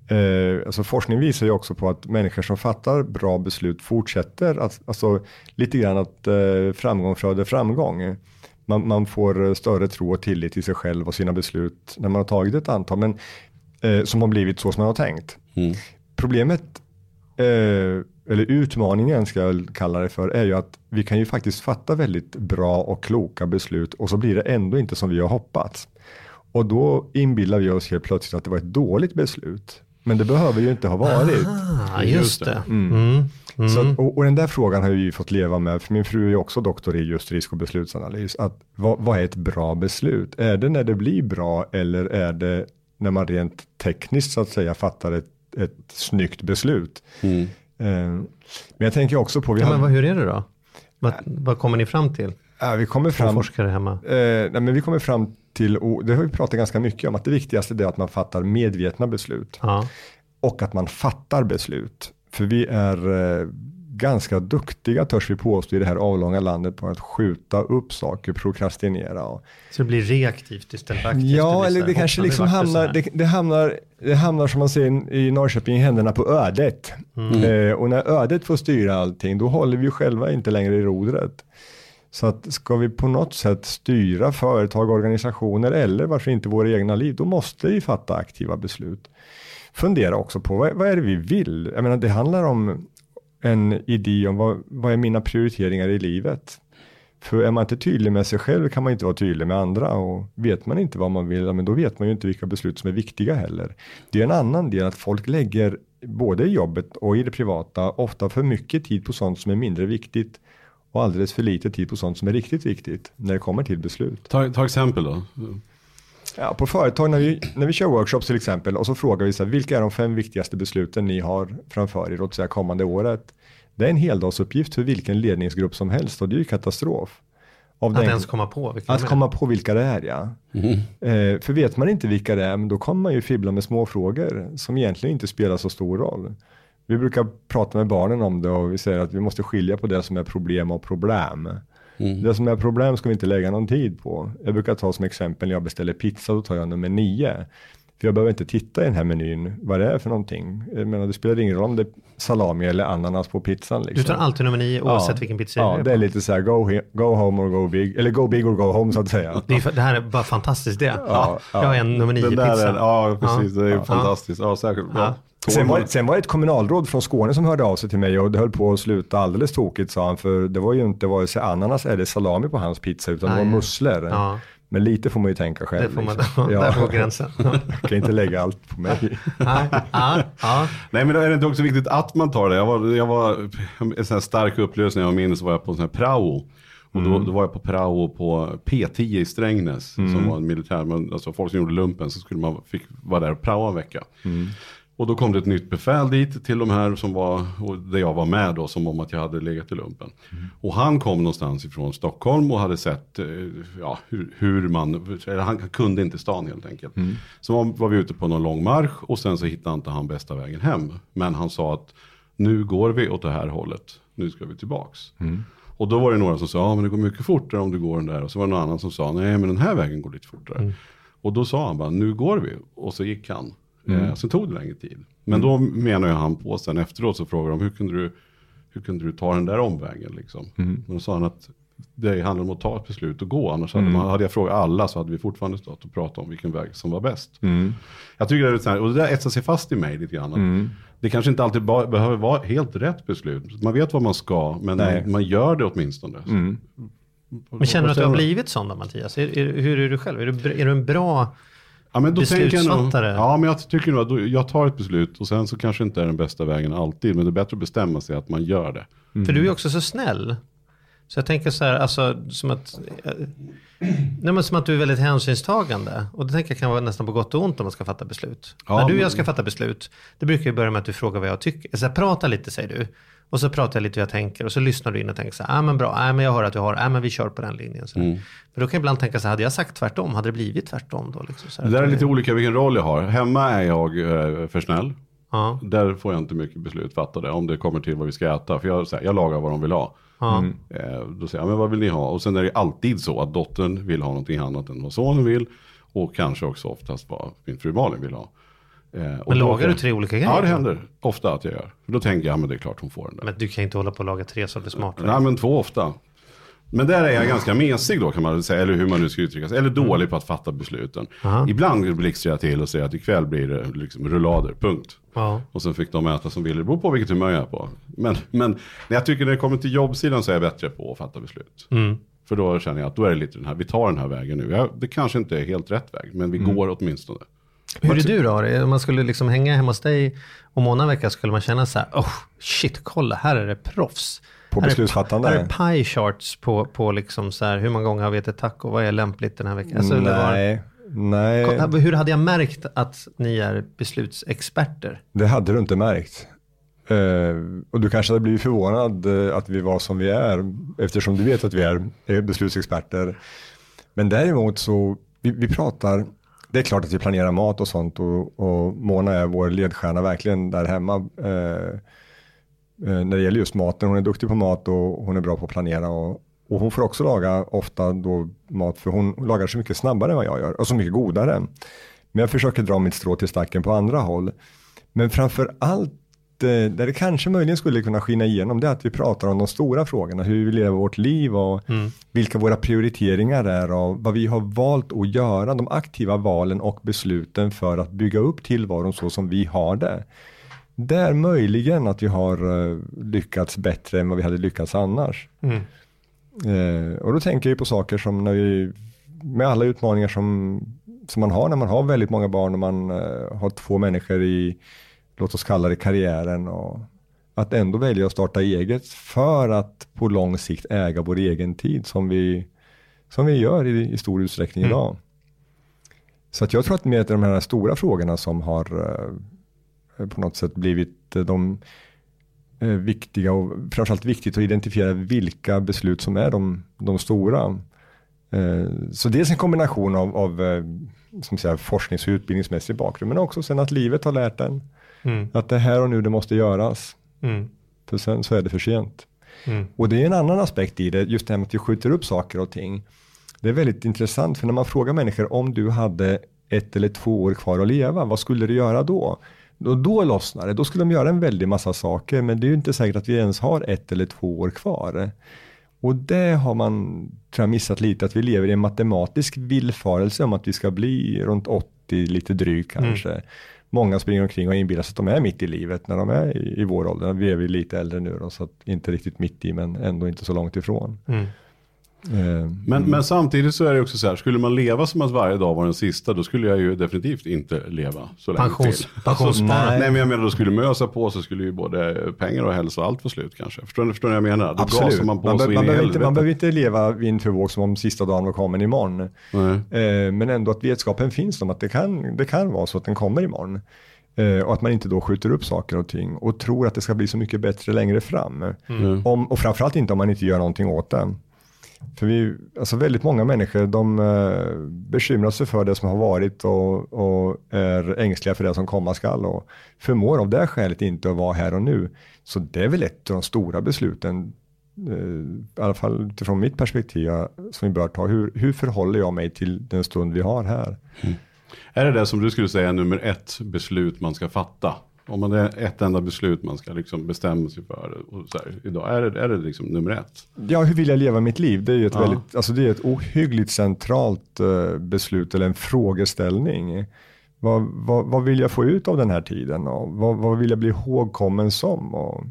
Eh, alltså forskning visar ju också på att människor som fattar bra beslut fortsätter att, alltså lite grann att eh, framgång föder framgång. Man, man får större tro och tillit till sig själv och sina beslut när man har tagit ett antal men eh, som har blivit så som man har tänkt. Mm. Problemet eh, eller utmaningen ska jag kalla det för är ju att vi kan ju faktiskt fatta väldigt bra och kloka beslut och så blir det ändå inte som vi har hoppats. Och då inbillar vi oss helt plötsligt att det var ett dåligt beslut. Men det behöver ju inte ha varit. Ah, just det. Mm. Mm. Mm. Så att, och, och den där frågan har vi fått leva med. För min fru är ju också doktor i just risk- och beslutsanalys. Att, vad, vad är ett bra beslut? Är det när det blir bra eller är det när man rent tekniskt så att säga fattar ett, ett snyggt beslut? Mm. Eh, men jag tänker också på... Vi ja, har, men vad, hur är det då? Vad, vad kommer ni fram till? Ja, vi kommer fram... forskare hemma. Eh, nej, men vi kommer fram till, och det har vi pratat ganska mycket om, att det viktigaste är att man fattar medvetna beslut. Ja. Och att man fattar beslut. För vi är eh, ganska duktiga, törs vi påstå, i det här avlånga landet på att skjuta upp saker, prokrastinera. Och, så det blir reaktivt istället för aktivt? Ja, det eller det kanske liksom hamnar det, det hamnar, det hamnar som man säger i Norrköping i händerna på ödet. Mm. Eh, och när ödet får styra allting, då håller vi ju själva inte längre i rodret. Så att ska vi på något sätt styra företag, organisationer eller varför inte våra egna liv, då måste vi fatta aktiva beslut. Fundera också på vad, vad är det vi vill? Jag menar, det handlar om en idé om vad, vad är mina prioriteringar i livet. För är man inte tydlig med sig själv kan man inte vara tydlig med andra, och vet man inte vad man vill, men då vet man ju inte vilka beslut som är viktiga heller. Det är en annan del att folk lägger både i jobbet och i det privata ofta för mycket tid på sånt som är mindre viktigt och alldeles för lite tid på sånt som är riktigt viktigt när det kommer till beslut. Ta, ta exempel då. Ja, på företag när vi, när vi kör workshops till exempel och så frågar vi så här, vilka är de fem viktigaste besluten ni har framför er, låt säga kommande året. Det är en heldagsuppgift för vilken ledningsgrupp som helst och det är ju katastrof. Av att ens komma på vilka Att komma på vilka det är, ja. Mm. Eh, för vet man inte vilka det är, men då kommer man ju fibbla med små frågor som egentligen inte spelar så stor roll. Vi brukar prata med barnen om det och vi säger att vi måste skilja på det som är problem och problem. Mm. Det som är problem ska vi inte lägga någon tid på. Jag brukar ta som exempel när jag beställer pizza, då tar jag nummer nio. För jag behöver inte titta i den här menyn vad det är för någonting. Jag menar, det spelar ingen roll om det är salami eller ananas på pizzan. Liksom. Du tar alltid nummer nio oavsett ja. vilken pizza ja, det är. Ja, det är lite så här go, he- go home or go big. Eller go big or go home så att säga. Det, är, det här är bara fantastiskt det. Ja, ja, jag har en nummer nio pizza. Är, ja, precis. Ja. Det är ja. fantastiskt. Ja, säkert. Ja. Sen var, sen var det ett kommunalråd från Skåne som hörde av sig till mig och det höll på att sluta alldeles tokigt, sa han. För det var ju inte vare sig ananas eller salami på hans pizza utan Nej. det var musslor. Ja. Men lite får man ju tänka själv. Det får man, liksom. ja. Där får gränsen. Jag kan inte lägga allt på mig. Ja, ja, ja. Nej, men då är det inte också viktigt att man tar det. Jag var, jag var en sån här stark upplevelse när jag minns, så var jag på en sån här prao. Och då, mm. då var jag på prao på P tio i Strängnäs mm. som var en militär, men alltså folk som gjorde lumpen, så skulle man fick vara där och praoa en vecka. Mm. Och då kom det ett nytt befäl dit till de här som var, och där jag var med då, som om att jag hade legat i lumpen. Mm. Och han kom någonstans ifrån Stockholm och hade sett ja, hur, hur man, eller han kunde inte stan helt enkelt. Mm. Så var, var vi ute på någon lång marsch och sen så hittade inte han bästa vägen hem. Men han sa att nu går vi åt det här hållet, nu ska vi tillbaks. Mm. Och då var det några som sa, ja men det går mycket fortare om du går den där. Och så var det någon annan som sa, nej men den här vägen går lite fortare. Mm. Och då sa han bara, nu går vi. Och så gick han. Mm. Eh, sen tog det längre tid. Men mm. då menar jag han på sen efteråt, så frågade de, hur kunde du, hur kunde du ta den där omvägen liksom? Mm. Men då sa han att det handlar om att ta ett beslut och gå. Annars mm. hade, man, hade jag frågat alla så hade vi fortfarande stått och pratat om vilken väg som var bäst. Mm. Jag tycker det är så här, och det där etsar sig fast i mig lite grann. Mm. Det kanske inte alltid ba- behöver vara helt rätt beslut. Man vet vad man ska, men man, man gör det åtminstone. Mm. Men känner du att du har blivit sån då, Mattias? Är, är, hur är du själv? Är du, är du en bra ja, men då beslutsfattare? Jag nog, ja, men jag tycker nog att då, jag tar ett beslut och sen så kanske inte är den bästa vägen alltid. Men det är bättre att bestämma sig att man gör det. Mm. För du är också så snäll. Så jag tänker så här, alltså som att, nej, men som att du är väldigt hänsynstagande. Och det tänker jag kan vara nästan på gott och ont om man ska fatta beslut. Ja, När du och jag ska fatta beslut, det brukar ju börja med att du frågar vad jag tycker. Så här, prata lite, säger du. Och så pratar jag lite hur jag tänker. Och så lyssnar du in och tänker så här, ja ah, men bra, ah, men jag hör att du har, ja ah, men vi kör på den linjen. Så mm. För då kan jag ibland tänka så här, hade jag sagt tvärtom, hade det blivit tvärtom då? Liksom, så här, det där är lite olika vilken roll jag har. Hemma är jag eh, för snäll. Ja. Där får jag inte mycket beslut fattade om det kommer till vad vi ska äta. För jag, så här, jag lagar vad de vill ha. Mm. Eh, då säger jag, men vad vill ni ha? Och sen är det alltid så att dottern vill ha någonting annat än vad sonen vill. Och kanske också oftast vad min fru Malin vill ha. Eh, men och lagar du tre olika grejer? Ja, det händer ofta att jag gör. För då tänker jag, ja, men det är klart hon får den där. Men du kan inte hålla på att laga tre så det är smart. Nej, men två ofta. Men där är jag ganska mesig då, kan man säga, eller hur man nu ska uttrycka sig. Eller dålig mm. på att fatta besluten. Aha. Ibland blixtrar jag till och säger att ikväll blir det liksom rullader, punkt. Ja. Och sen fick de äta som ville. Det beror på vilket humör jag är på. Men, men när jag tycker när det kommer till jobbsidan så är jag bättre på att fatta beslut. Mm. För då känner jag att då är det lite den här, vi tar den här vägen nu. Jag, det kanske inte är helt rätt väg, men vi mm. går åtminstone. Hur är du då? Om man skulle liksom hänga hemma hos dig om månaden vecka, skulle man känna så här, oh shit, kolla, här är det proffs. På beslutsfattande? Här är, här är pie charts på, på liksom så här, hur många gånger har vi ätit taco, vad är lämpligt den här veckan? Alltså, nej, var, nej. Hur hade jag märkt att ni är beslutsexperter? Det hade du inte märkt. Uh, och du kanske hade blivit förvånad uh, att vi var som vi är, eftersom du vet att vi är, är beslutsexperter. Men däremot så, vi, vi pratar, det är klart att vi planerar mat och sånt, och, och Mona är vår ledstjärna verkligen där hemma. Uh, när det gäller just maten, hon är duktig på mat och hon är bra på att planera, och, och hon får också laga ofta då mat, för hon lagar så mycket snabbare än vad jag gör och så mycket godare. Men jag försöker dra mitt strå till stacken på andra håll. Men framför allt där det kanske möjligen skulle kunna skina igenom, det är att vi pratar om de stora frågorna, hur vi lever vårt liv och mm. vilka våra prioriteringar är och vad vi har valt att göra, de aktiva valen och besluten för att bygga upp tillvaron så som vi har det. Där möjligen att vi har lyckats bättre än vad vi hade lyckats annars. Mm. Eh, och då tänker jag på saker som när vi, med alla utmaningar som, som man har när man har väldigt många barn och man eh, har två människor i, låt oss kalla det karriären, och att ändå välja att starta eget för att på lång sikt äga vår egen tid som vi, som vi gör i, i stor utsträckning mm. idag. Så att jag tror att med de här stora frågorna som har eh, på något sätt blivit de eh, viktiga, och framförallt viktigt att identifiera vilka beslut som är de, de stora. Eh, så det är en kombination av, av eh, som säger, forsknings- och utbildningsmässig bakgrund, men också sen att livet har lärt en mm. att det här och nu det måste göras. Mm. För sen så är det för sent. Mm. Och det är en annan aspekt i det, just det här med att vi skjuter upp saker och ting. Det är väldigt intressant, för när man frågar människor om du hade ett eller två år kvar att leva, vad skulle du göra då? Och då lossnar det, då skulle de göra en väldig massa saker, men det är ju inte säkert att vi ens har ett eller två år kvar. Och det har man, tror jag, missat lite, att vi lever i en matematisk villfarelse om att vi ska bli runt åttio, lite drygt kanske. Mm. Många springer omkring och inbillar sig att de är mitt i livet när de är i, i vår ålder. Vi är vi lite äldre nu då, så att inte riktigt mitt i, men ändå inte så långt ifrån. Mm. Mm. Men, men samtidigt så är det också så här, skulle man leva som att varje dag var den sista, då skulle jag ju definitivt inte leva så länge Pensions, till. Pensions, alltså, nej. nej men jag menar, då skulle mösa på, så skulle ju både pengar och hälsa och allt få slut kanske. Förstår ni, förstår ni vad jag menar? Då absolut. Man, på man, så be, man, behöver inte, man behöver inte leva vind för våg som om sista dagen var kommen imorgon. Eh, men ändå att vetskapen finns om att det kan, det kan vara så att den kommer imorgon. Eh, och att man inte då skjuter upp saker och ting och tror att det ska bli så mycket bättre längre fram. Mm. Om, och framförallt inte om man inte gör någonting åt det. För vi, alltså väldigt många människor, de eh, bekymrar sig för det som har varit och, och är ängsliga för det som komma skall och förmår av det skälet inte att vara här och nu. Så det är väl ett av de stora besluten, eh, i alla fall utifrån mitt perspektiv, som vi bör ta. Hur, hur förhåller jag mig till den stund vi har här? Mm. Är det det som du skulle säga nummer ett beslut man ska fatta? Om man är ett enda beslut man ska liksom bestämma sig för och så här, idag, är det, är det liksom nummer ett? Ja, hur vill jag leva mitt liv? Det är ju ett, ja. väldigt, alltså det är ett ohyggligt centralt uh, beslut eller en frågeställning. Vad, vad, vad vill jag få ut av den här tiden? Och vad, vad vill jag bli ihågkommen som? Och,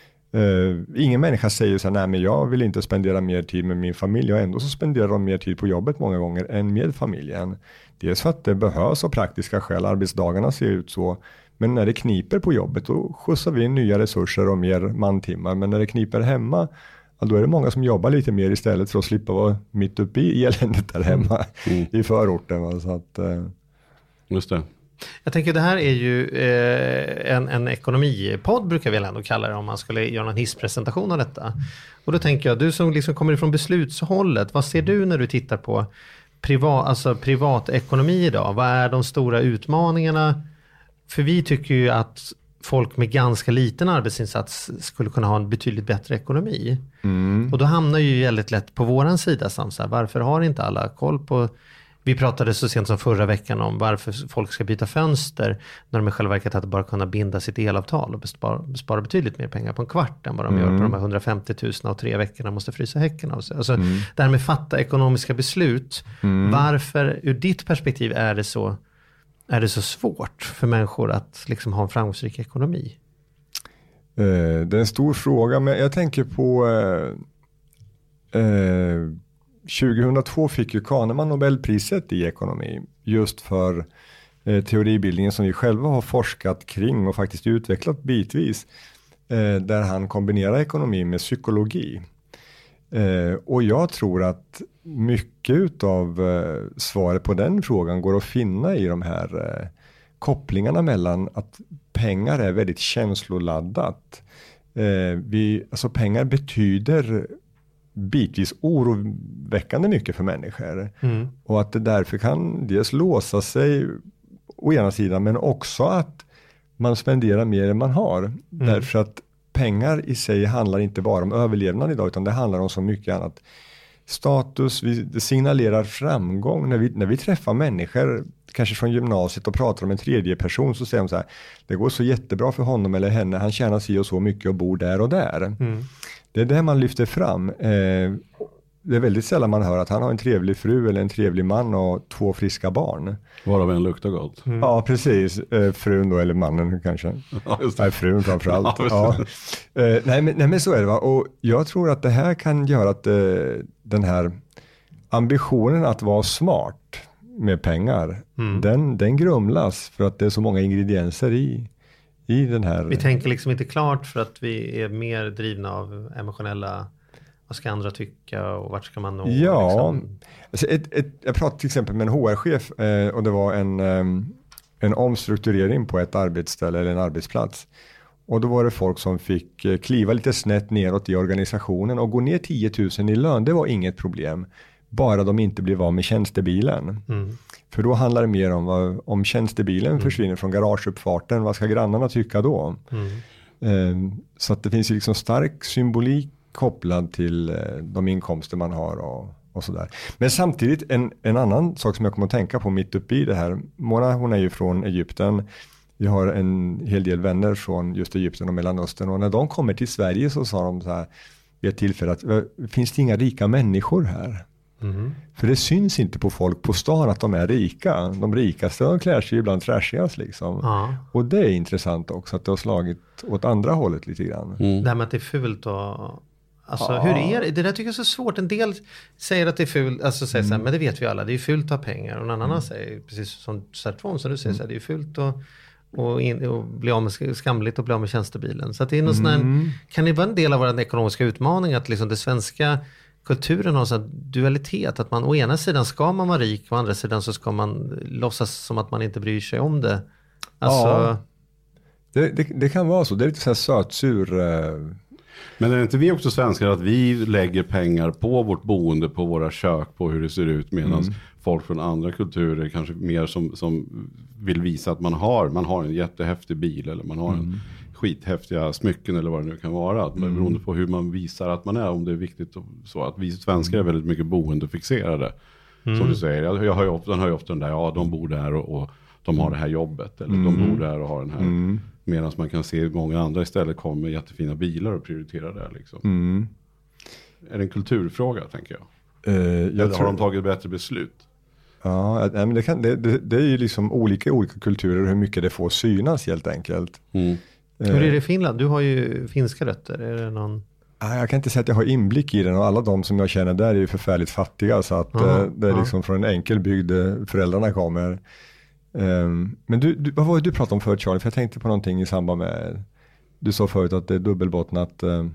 uh, ingen människa säger så här, nej men jag vill inte spendera mer tid med min familj, och ändå så spenderar de mer tid på jobbet många gånger än med familjen. Dels för att det behövs av praktiska skäl, arbetsdagarna ser ut så. Men när det kniper på jobbet, då skjutsar vi in nya resurser och mer mantimmar. Men när det kniper hemma, ja, då är det många som jobbar lite mer istället för att slippa vara mitt uppe i eländet där hemma mm. i förorten. Så att, eh. Just det. Jag tänker det här är ju eh, en, en ekonomipodd, brukar vi väl ändå kalla det, om man skulle göra en hisspresentation av detta. Och då tänker jag, du som liksom kommer ifrån beslutshållet, vad ser du när du tittar på privat, alltså privatekonomi idag? Vad är de stora utmaningarna? För vi tycker ju att folk med ganska liten arbetsinsats skulle kunna ha en betydligt bättre ekonomi. Mm. Och då hamnar ju väldigt lätt på våran sida, som så här, varför har inte alla koll på... Vi pratade så sent som förra veckan om varför folk ska byta fönster när de i själva verket hade bara kunnat binda sitt elavtal och bespara, bespara betydligt mer pengar på en kvart än vad de mm. gör på de här hundrafemtio tusen och tre veckorna måste frysa häcken av sig. Alltså mm. det här med fatta ekonomiska beslut. Mm. Varför ur ditt perspektiv är det så... Är det så svårt för människor att liksom ha en framgångsrik ekonomi? Eh, det är en stor fråga, men jag tänker på eh, eh, tjugohundratvå fick ju Kahneman Nobelpriset i ekonomi just för eh, teoribildningen som vi själva har forskat kring och faktiskt utvecklat bitvis, eh, där han kombinerar ekonomi med psykologi. Eh, och jag tror att mycket av eh, svaret på den frågan går att finna i de här eh, kopplingarna mellan att pengar är väldigt känsloladdat. Eh, vi, alltså pengar betyder bitvis oroväckande mycket för människor. Mm. Och att det därför kan dels låsa sig å ena sidan, men också att man spenderar mer än man har. Mm. Därför att pengar i sig handlar inte bara om överlevnad idag, utan det handlar om så mycket annat. status, vi, det signalerar framgång. När vi, när vi träffar människor, kanske från gymnasiet och pratar om en tredje person, så säger de så här, det går så jättebra för honom eller henne, han tjänar sig och så mycket och bor där och där. Mm. Det är det man lyfter fram. Eh, det är väldigt sällan man hör att han har en trevlig fru eller en trevlig man och två friska barn. Varav en luktar gott. Mm. Ja, precis. Eh, frun då, eller mannen kanske. Ja, nej, frun framförallt. Ja, ja. Eh, nej, men, nej, men så är det, va. Och jag tror att det här kan göra att eh, den här ambitionen att vara smart med pengar, mm. den, den grumlas för att det är så många ingredienser i, i den här. Vi tänker liksom inte klart för att vi är mer drivna av emotionella, vad ska andra tycka och vart ska man nå? Ja, liksom. alltså ett, ett, jag pratade till exempel med en H R-chef eh, och det var en, eh, en omstrukturering på ett arbetsställe eller en arbetsplats. Och då var det folk som fick eh, kliva lite snett neråt i organisationen och gå ner tio tusen i lön, det var inget problem. Bara de inte blev av med tjänstebilen. Mm. För då handlar det mer om vad, om tjänstebilen mm. försvinner från garageuppfarten, vad ska grannarna tycka då? Mm. Eh, så att det finns ju liksom stark symbolik kopplad till eh, de inkomster man har och, och sådär. Men samtidigt en, en annan sak som jag kommer att tänka på mitt uppe i det här. Mona, hon är ju från Egypten. Vi har en hel del vänner från just Egypten och Mellanöstern. Och när de kommer till Sverige så sa de så här vid ett tillfälle att finns det inga rika människor här? Mm. För det syns inte på folk på stan att de är rika. De rikaste de klär sig ibland trashigast liksom. Ja. Och det är intressant också att det har slagit åt andra hållet lite grann. Mm. Det här med att det är fult och... Alltså ja. Hur är det? Det där tycker jag är så svårt. En del säger att det är fult, alltså säger mm. så här, men det vet vi alla, det är fult att ha pengar. Och en annan mm. säger, precis som tvärtom som du säger, mm. så här, det är fult att och, in, och bli av med, skamligt och bli av med tjänstebilen. Så att det är någon mm. sån här, kan det vara en del av vår ekonomiska utmaning att liksom det svenska kulturen har en sån dualitet, att man å ena sidan ska man vara rik och å andra sidan så ska man låtsas som att man inte bryr sig om det. Alltså... Ja, det, det, det kan vara så. Det är lite så här sötsur... Uh... Men är inte vi också svenskar att vi lägger pengar på vårt boende, på våra kök, på hur det ser ut, medan mm. folk från andra kulturer kanske mer som, som vill visa att man har, man har en jättehäftig bil eller man har mm. en skithäftiga smycken eller vad det nu kan vara. Att mm. beroende på hur man visar att man är, om det är viktigt och så. Att vi svenskar är väldigt mycket boendefixerade. Mm. Som du säger, jag, jag hör ju ofta, hör ju ofta den där, ja de bor där och, och de har det här jobbet. Eller mm. de bor där och har den här... Mm. Medan man kan se många andra istället kommer med jättefina bilar och prioritera det. Liksom. Mm. Är det en kulturfråga, tänker jag? Uh, jag Eller tror... har de tagit bättre beslut? Ja, men det, kan, det, det, det är ju liksom olika olika kulturer hur mycket det får synas helt enkelt. Mm. Uh, hur är det i Finland? Du har ju finska rötter. Är det någon... Jag kan inte säga att jag har inblick i den och alla de som jag känner där är ju förfärligt fattiga. Så att aha, det är liksom från en enkel bygd föräldrarna kommer. Um, men du, du, vad var det du pratade om förut, Charlie? För jag tänkte på någonting i samband med, du sa förut att det är dubbelbottnat. Um...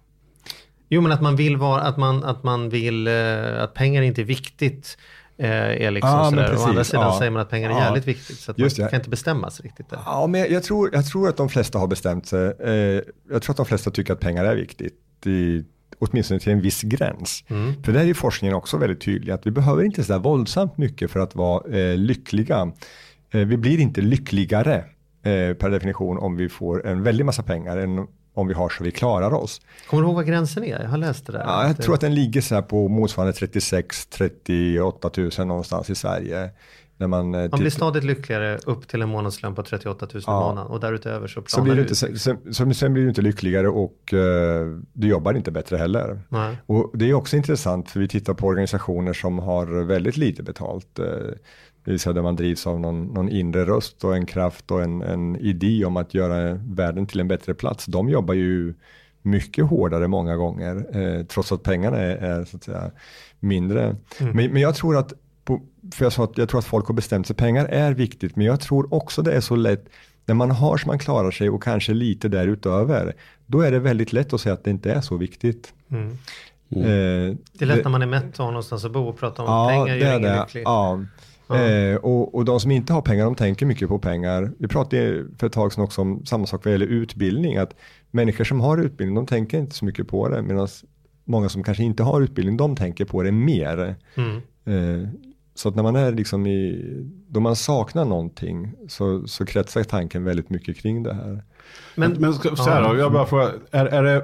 Jo, men att man vill vara, att man, att man vill, uh, att pengar inte är viktigt uh, är liksom ah, sådär. Och å andra sidan ja. säger man att pengar är ja. jävligt viktigt, så att Just man det. kan inte bestämmas riktigt där. Ja, men jag, jag, tror, jag tror att de flesta har bestämt sig. Uh, jag tror att de flesta tycker att pengar är viktigt. I, åtminstone till en viss gräns. Mm. För där är forskningen också väldigt tydlig att vi behöver inte så där våldsamt mycket för att vara eh, lyckliga. Eh, vi blir inte lyckligare eh, per definition om vi får en väldigt massa pengar än om vi har så vi klarar oss. Kommer du ihåg vad gränsen är? Jag har läst det där. Ja, jag tror att den ligger så här på motsvarande trettiosex till trettioåtta tusen någonstans i Sverige. När man, man blir stadigt lyckligare upp till en månadslön på trettioåtta tusen ja. månaden och därutöver så planar så blir du inte, sen, sen, sen blir du inte lyckligare och uh, du jobbar inte bättre heller. Nej. Och det är också intressant för vi tittar på organisationer som har väldigt lite betalt. Uh, det vill säga där man drivs av någon, någon inre röst och en kraft och en, en idé om att göra världen till en bättre plats. De jobbar ju mycket hårdare många gånger uh, trots att pengarna är, är så att säga mindre. Mm. Men, men jag tror att På, för jag sa att jag tror att folk har bestämt sig. Pengar är viktigt, men jag tror också det är så lätt när man har så man klarar sig och kanske lite därutöver. Då är det väldigt lätt att säga att det inte är så viktigt. Mm. Mm. Eh, det är lätt det, när man är mätt och har någonstans att bo och prata om ja, pengar. Det är det. Lycklig. Ja. Ja. Eh, och, och de som inte har pengar, de tänker mycket på pengar. Vi pratade för ett tag sedan också om samma sak vad gäller utbildning. Att människor som har utbildning, de tänker inte så mycket på det. Medan många som kanske inte har utbildning, de tänker på det mer. Mm. Eh, Så att när man är liksom i, då man saknar någonting så, så kretsar tanken väldigt mycket kring det här. Men, men ska, så här då, jag bara frågar, är, är det,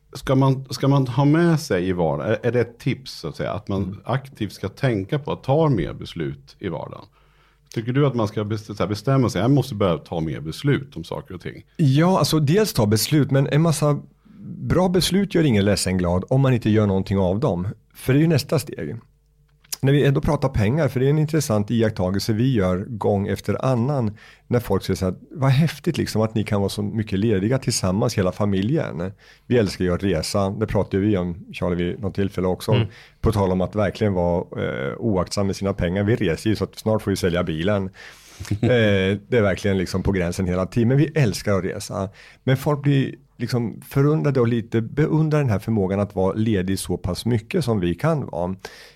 ska man, ska man ha med sig i vardagen, är, är det ett tips så att säga, att man mm. aktivt ska tänka på att ta mer beslut i vardagen? Tycker du att man ska bestämma sig, jag måste börja ta mer beslut om saker och ting? Ja, alltså dels ta beslut, men en massa bra beslut gör ingen ledsen glad om man inte gör någonting av dem. För det är ju nästa steg. När vi ändå pratar pengar, för det är en intressant iakttagelse vi gör gång efter annan. När folk säger så här, vad häftigt liksom att ni kan vara så mycket lediga tillsammans hela familjen. Vi älskar ju att resa, det pratade vi om, Charlie, vid något tillfälle också. Mm. På tal om att verkligen vara eh, oaktsam med sina pengar. Vi reser ju så att snart får vi sälja bilen. eh, det är verkligen liksom på gränsen hela tiden, men vi älskar att resa. Men folk blir liksom förundrade och lite beundrar den här förmågan att vara ledig så pass mycket som vi kan vara.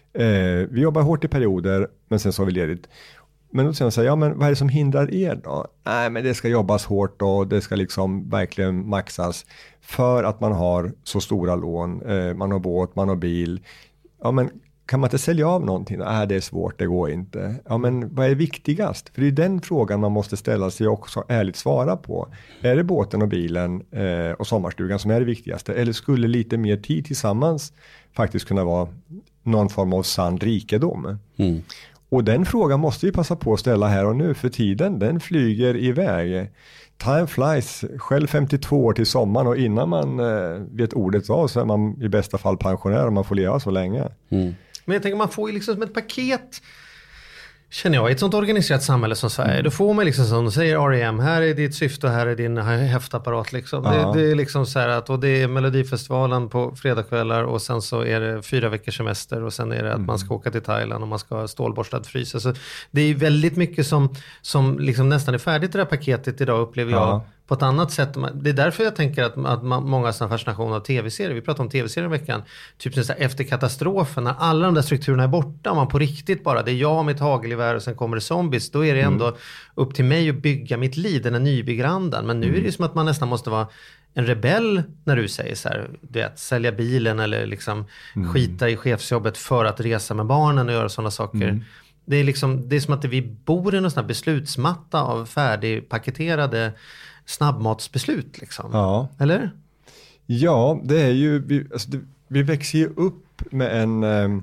Eh, vi jobbar hårt i perioder, men sen så har vi ledigt. Men då säger man så här, ja men vad är det som hindrar er då? Nej, men det ska jobbas hårt och det ska liksom verkligen maxas för att man har så stora lån. Eh, man har båt, man har bil. Ja, men kan man inte sälja av någonting? Nej, det är svårt, det går inte. Ja, men vad är viktigast? För det är den frågan man måste ställa sig och också ärligt svara på. Är det båten och bilen eh, och sommarstugan som är det viktigaste? Eller skulle lite mer tid tillsammans faktiskt kunna vara någon form av sann rikedom? Mm. Och den frågan måste vi passa på att ställa här och nu, för tiden den flyger iväg. Time flies, själv femtiotvå år till sommaren, och innan man eh, vet ordet av så är man i bästa fall pensionär och man får leva så länge. Mm. Men jag tänker, man får ju liksom som ett paket, känner jag, i ett sånt organiserat samhälle som Sverige, mm. då får man liksom som säger R E M, här är ditt syfte och här är din häftapparat liksom. Ja. Det, det är liksom så här att, och det är Melodifestivalen på fredagskvällar och sen så är det fyra veckors semester och sen är det att mm. man ska åka till Thailand och man ska ha stålborstad frys. Alltså, det är väldigt mycket som, som liksom nästan är färdigt i det här paketet idag, upplever jag. Ja. På ett annat sätt. Det är därför jag tänker att, att man, många sådana fascinationer av tv-serier, vi pratade om tv-serier i veckan, typ så här, efter katastrofen, när alla de där strukturerna är borta och man på riktigt bara, det är jag med ett hagelgevär och sen kommer det zombies, då är det ändå mm. upp till mig att bygga mitt liv, den här nybyggarandan. Men nu mm. är det som att man nästan måste vara en rebell när du säger så här, du vet, sälja bilen eller liksom mm. skita i chefsjobbet för att resa med barnen och göra sådana saker. Mm. Det är liksom, det är som att vi bor i någon sån här beslutsmatta av färdigpaketerade snabbmatsbeslut liksom. Ja. Eller? Ja, det är ju, vi, alltså det, vi växer ju upp med en, eh,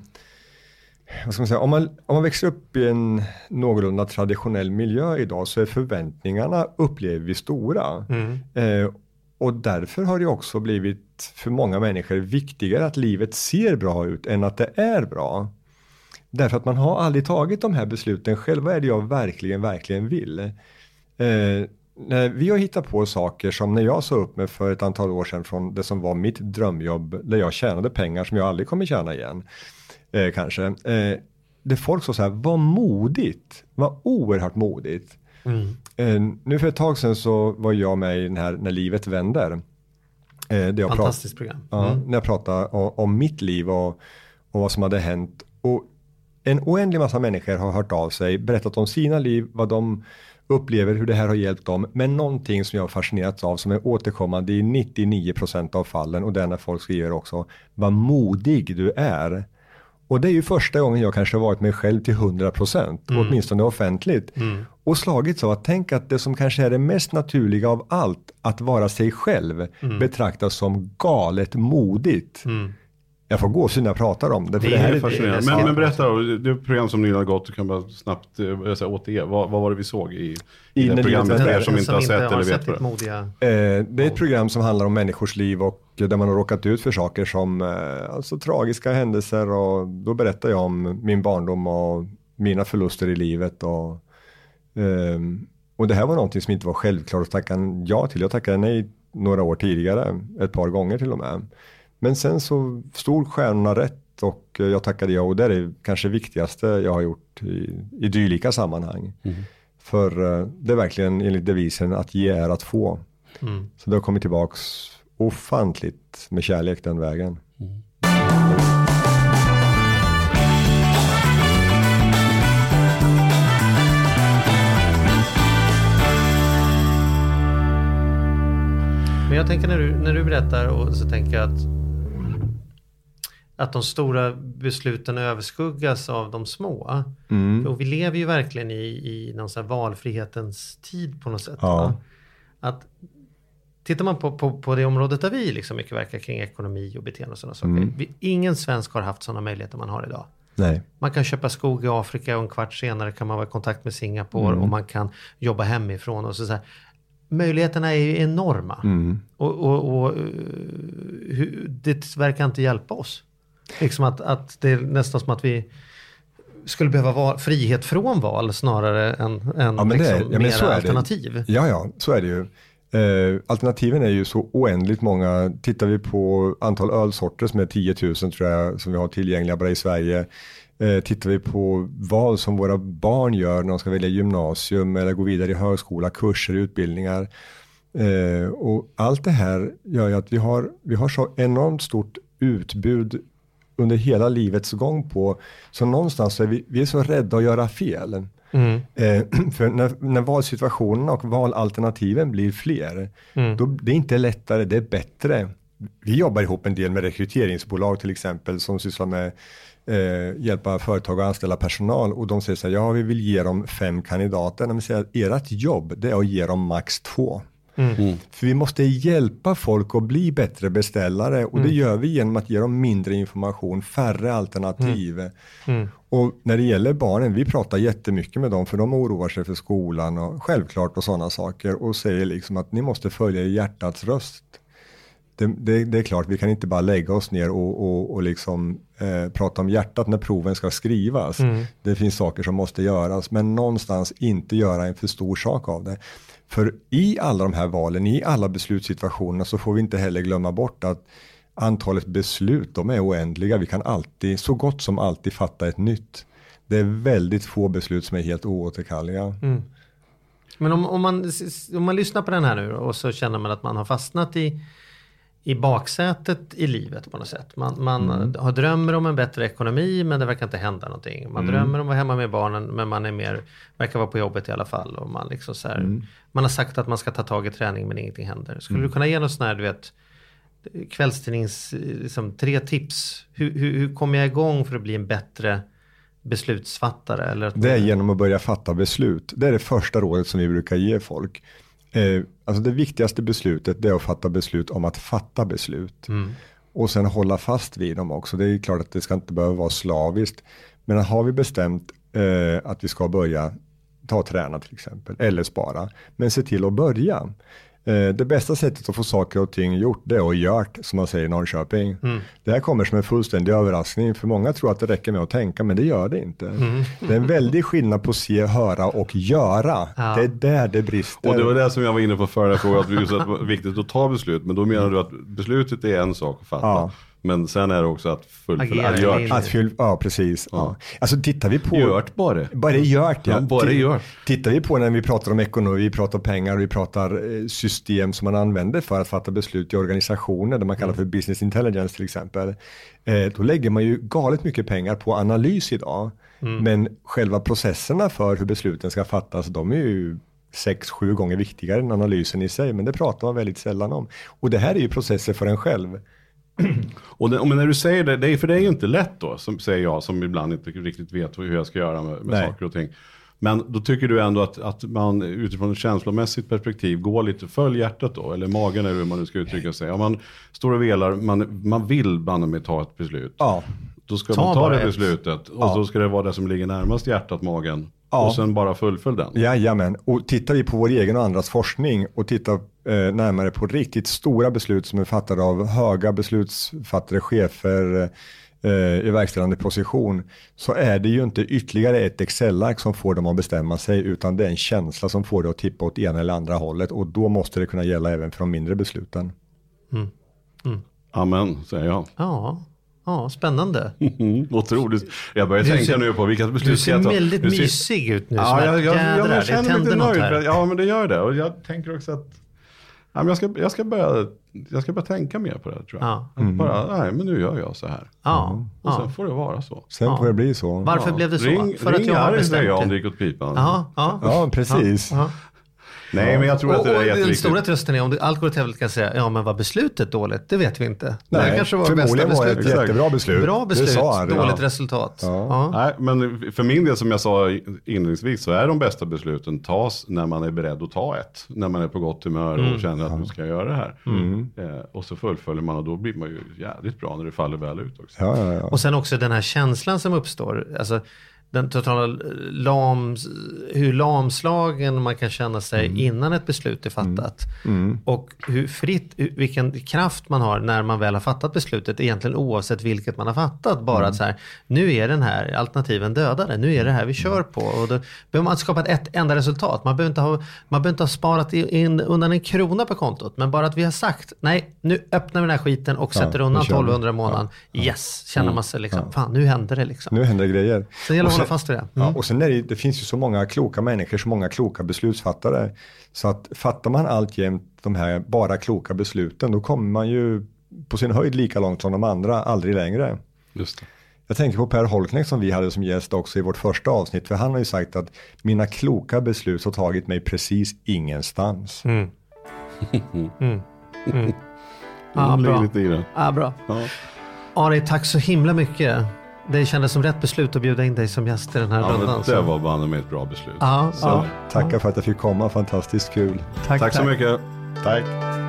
vad ska man säga, om man, om man växer upp i en någorlunda traditionell miljö idag så är förväntningarna, upplever vi, stora. Mm. Eh, och därför har det också blivit för många människor viktigare att livet ser bra ut än att det är bra. Därför att man har aldrig tagit de här besluten själv. Vad är det jag verkligen, verkligen vill? Eh, Vi har hittat på saker som när jag sa upp mig för ett antal år sedan från det som var mitt drömjobb, där jag tjänade pengar som jag aldrig kommer tjäna igen, eh, kanske. Eh, det folk så här, vad modigt, vad oerhört modigt. Mm. Eh, nu för ett tag sedan så var jag med i den här När livet vänder. Eh, det Fantastiskt program. Mm. Ja, när jag pratade om, om mitt liv och, och vad som hade hänt. Och en oändlig massa människor har hört av sig, berättat om sina liv, vad de upplever, hur det här har hjälpt dem. Men någonting som jag har fascinerats av, som är återkommande i nittionio procent av fallen, och det är när folk skriver också, vad modig du är. Och det är ju första gången jag kanske har varit mig själv till hundra procent, mm. åtminstone offentligt. Mm. Och slagits av att tänka att det som kanske är det mest naturliga av allt, att vara sig själv, mm. betraktas som galet modigt. Mm. Jag får gå så när jag pratar om det. För det, det här är fascinerande. Men, men berätta då, det program som ni har gått, du kan bara snabbt äh, säga åter. Vad, vad var det vi såg i, i, I det programmet för er som inte har sett eller vet vad det är? Eh, det är ett program som handlar om människors liv och där man har råkat ut för saker som eh, alltså, tragiska händelser, och då berättar jag om min barndom och mina förluster i livet. Och, eh, och det här var någonting som inte var självklart att tacka ja till. Jag tackade nej några år tidigare, ett par gånger till och med. Men sen så stod stjärnorna rätt och jag tackade ja, och det är det kanske viktigaste jag har gjort i, i dylika sammanhang. Mm. För uh, det är verkligen enligt devisen att ge är att få. Mm. Så det har kommit tillbaks ofantligt med kärlek den vägen. Mm. Men jag tänker när du, när du berättar, och så tänker jag att att de stora besluten överskuggas av de små. Mm. Och vi lever ju verkligen i, i någon sån här valfrihetens tid på något sätt. Ja. Att tittar man på, på, på det området där vi liksom mycket verkar kring ekonomi och beteende och sådana saker. Mm. Vi, ingen svensk har haft sådana möjligheter man har idag. Nej. Man kan köpa skog i Afrika och en kvart senare kan man vara i kontakt med Singapore mm. och man kan jobba hemifrån och så, så här. Möjligheterna är ju enorma. Mm. Och, och, och hur, det verkar inte hjälpa oss. Liksom att, att det är nästan som att vi skulle behöva vara frihet från val snarare än, än ja, liksom det, ja, mer alternativ. Ja, ja, så är det ju. Eh, alternativen är ju så oändligt många. Tittar vi på antal ölsorter som är tio tusen tror jag som vi har tillgängliga bara i Sverige. Eh, tittar vi på val som våra barn gör när de ska välja gymnasium eller gå vidare i högskola, kurser, utbildningar. Eh, och allt det här gör ju att vi har, vi har så enormt stort utbud under hela livets gång på. Så någonstans är vi, vi är så rädda att göra fel. Mm. Eh, för när, när valsituationerna och valalternativen blir fler, mm. då det är inte lättare, det är bättre. Vi jobbar ihop en del med rekryteringsbolag till exempel som sysslar med eh, hjälpa företag att anställa personal och de säger så här, ja vi vill ge dem fem kandidater. När man säger att ert jobb det är att ge dem max två. Mm. Mm. För vi måste hjälpa folk att bli bättre beställare och mm. det gör vi genom att ge dem mindre information, färre alternativ. Mm. Mm. Och när det gäller barnen, vi pratar jättemycket med dem för de oroar sig för skolan och självklart och sådana saker och säger liksom att ni måste följa hjärtats röst. Det, det, det är klart, vi kan inte bara lägga oss ner och, och, och liksom, eh, prata om hjärtat när proven ska skrivas. Mm. Det finns saker som måste göras men någonstans inte göra en för stor sak av det. För i alla de här valen, i alla beslutssituationer så får vi inte heller glömma bort att antalet beslut, de är oändliga. Vi kan alltid, så gott som alltid fatta ett nytt. Det är väldigt få beslut som är helt oåterkalleliga. Mm. Men om, om, man, om man lyssnar på den här nu och så känner man att man har fastnat i, i baksätet i livet på något sätt. Man, man mm. har drömmer om en bättre ekonomi men det verkar inte hända någonting. Man mm. drömmer om att vara hemma med barnen men man är mer, verkar vara på jobbet i alla fall. Och man, liksom så här, mm. man har sagt att man ska ta tag i träning men ingenting händer. Skulle mm. du kunna ge något sån här, du vet, kvällstidnings, liksom, tre tips? Hur, hur, hur kommer jag igång för att bli en bättre beslutsfattare? Eller det är genom att börja fatta beslut. Det är det första rådet som vi brukar ge folk. Eh, alltså det viktigaste beslutet det är att fatta beslut om att fatta beslut. Mm. Och sen hålla fast vid dem också. Det är klart att det ska inte behöva vara slaviskt. Men har vi bestämt eh, att vi ska börja ta träna till exempel. Eller spara. Men se till att börja. Det bästa sättet att få saker och ting gjort det är att gjort, som man säger i Norrköping. Mm. Det här kommer som en fullständig överraskning. För många tror att det räcker med att tänka, men det gör det inte. Mm. Det är en väldig skillnad på att se, höra och göra. Ja. Det är där det brister. Och det var det som jag var inne på förra frågan, att det är viktigt att ta beslut. Men då menar du att beslutet är en sak att fatta. Ja. Men sen är det också att fullfölja. Att göra. Att full, ja, precis. Ja. Ja. Alltså tittar vi på... Gjort bara. Bara gjort, ja. ja bara gjort. Tittar vi på när vi pratar om ekonomi, vi pratar pengar och vi pratar system som man använder för att fatta beslut i organisationer, det man kallar för business intelligence till exempel. Eh, då lägger man ju galet mycket pengar på analys idag. Mm. Men själva processerna för hur besluten ska fattas, de är ju sex, sju gånger viktigare än analysen i sig. Men det pratar man väldigt sällan om. Och det här är ju processer för en själv. Och, det, och men när du säger det, det är, för det är ju inte lätt då, som säger jag som ibland inte riktigt vet hur jag ska göra med, med saker och ting. Men då tycker du ändå att, att man utifrån ett känslomässigt perspektiv går lite följ hjärtat då, eller magen eller hur man nu ska uttrycka sig. Om man står och velar, man, man vill banna med ta ett beslut. Ja. Då ska ta man ta det beslutet och ja. Så ska det vara det som ligger närmast hjärtat, magen. Ja. Och sen bara fullfölj den. Jajamän, och tittar vi på vår egen och andras forskning och tittar eh, närmare på riktigt stora beslut som är fattade av höga beslutsfattare, chefer eh, i verkställande position, så är det ju inte ytterligare ett Excel-ark som får dem att bestämma sig, utan det är en känsla som får det att tippa åt ena eller andra hållet, och då måste det kunna gälla även för de mindre besluten. Mm. Mm. Amen, säger jag. Ja. Ja, spännande. Mm, otroligt. Jag börjar du tänka ser, nu på vilka beslut jag tar. Du ser väldigt ser... mysig ut nu. Ja, jag, jag, jag, jag känner mig nöjd. Här. Ja, men det gör det. Och jag tänker också att ja, men jag, ska, jag, ska börja, jag ska börja tänka mer på det, tror jag. Ja. Mm. Bara, nej, men nu gör jag så här. Ja. Mm. Och sen ja. får det vara så. Sen ja. får det bli så. Varför ja. blev det så? Ring, För ring att jag har bestämt det. Om det gick åt pipan. Ja, ja. ja, precis. Ja. Nej, men jag tror att det är jätteviktigt. Den stora trösten är om det, allt går till helvete kan säga, ja men var beslutet dåligt? Det vet vi inte. Nej, det kanske var förmodligen bästa var beslutet. ett jättebra beslut. Bra beslut, dåligt ja. resultat. Ja. Ja. Nej, men för min del, som jag sa inledningsvis, så är de bästa besluten tas när man är beredd att ta ett. När man är på gott humör och mm. känner att nu ska jag göra det här. Mm. Eh, och så fullföljer man och då blir man ju jävligt bra när det faller väl ut också. Ja, ja, ja. Och sen också den här känslan som uppstår, alltså den totala lams, hur lamslagen man kan känna sig mm. innan ett beslut är fattat. Mm. Mm. Och hur fritt, vilken kraft man har när man väl har fattat beslutet, egentligen oavsett vilket man har fattat. Bara mm. att så här, nu är den här alternativen dödade, nu är det här vi kör på. Och då behöver man skapa ett enda resultat. Man behöver inte ha, man behöver inte ha sparat in undan en krona på kontot, men bara att vi har sagt, nej, nu öppnar vi den här skiten och ja, sätter undan tolvhundra i månaden. Ja. Yes, känner man sig liksom, ja. fan, nu händer det liksom. Nu händer det grejer. Sen gäller att hålla fast vid det. Mm. Ja, och sen är det, det finns ju så många kloka människor, så många kloka beslutsfattare. Så att fattar man alltjämt de här bara kloka besluten, då kommer man ju på sin höjd lika långt som de andra, aldrig längre. Just det. Jag tänker på Per Holknekt som vi hade som gäst också i vårt första avsnitt. För han har ju sagt att mina kloka beslut har tagit mig precis ingenstans. Mm. mm. Mm. Ja, bra. Ja, bra. Ja. Ari, tack så himla mycket. Det kändes som rätt beslut att bjuda in dig som gäst i den här ja, rundan. Det så. var bara med ett bra beslut. Ja, så. Ja. Tackar för att jag fick komma, fantastiskt kul. Tack, tack så tack. mycket. Tack.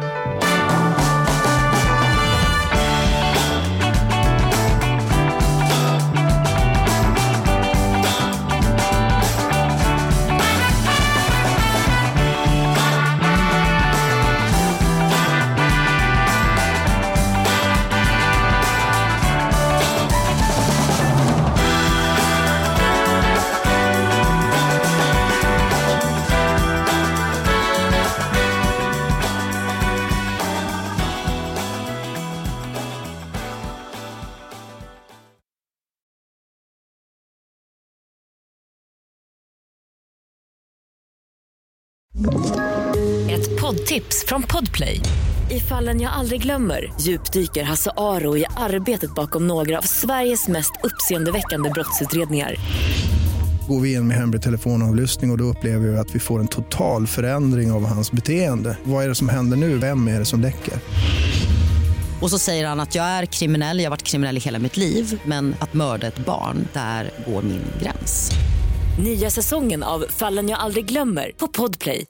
Ett poddtips från Podplay. I Fallen jag aldrig glömmer djupdyker Hasse Aro i arbetet bakom några av Sveriges mest uppseendeväckande brottsutredningar. Går vi in med hemlig telefonavlyssning och, och då upplever vi att vi får en total förändring av hans beteende. Vad är det som händer nu? Vem är det som läcker? Och så säger han att jag är kriminell, jag har varit kriminell i hela mitt liv. Men att mörda ett barn, där går min gräns. Nya säsongen av Fallen jag aldrig glömmer på Podplay.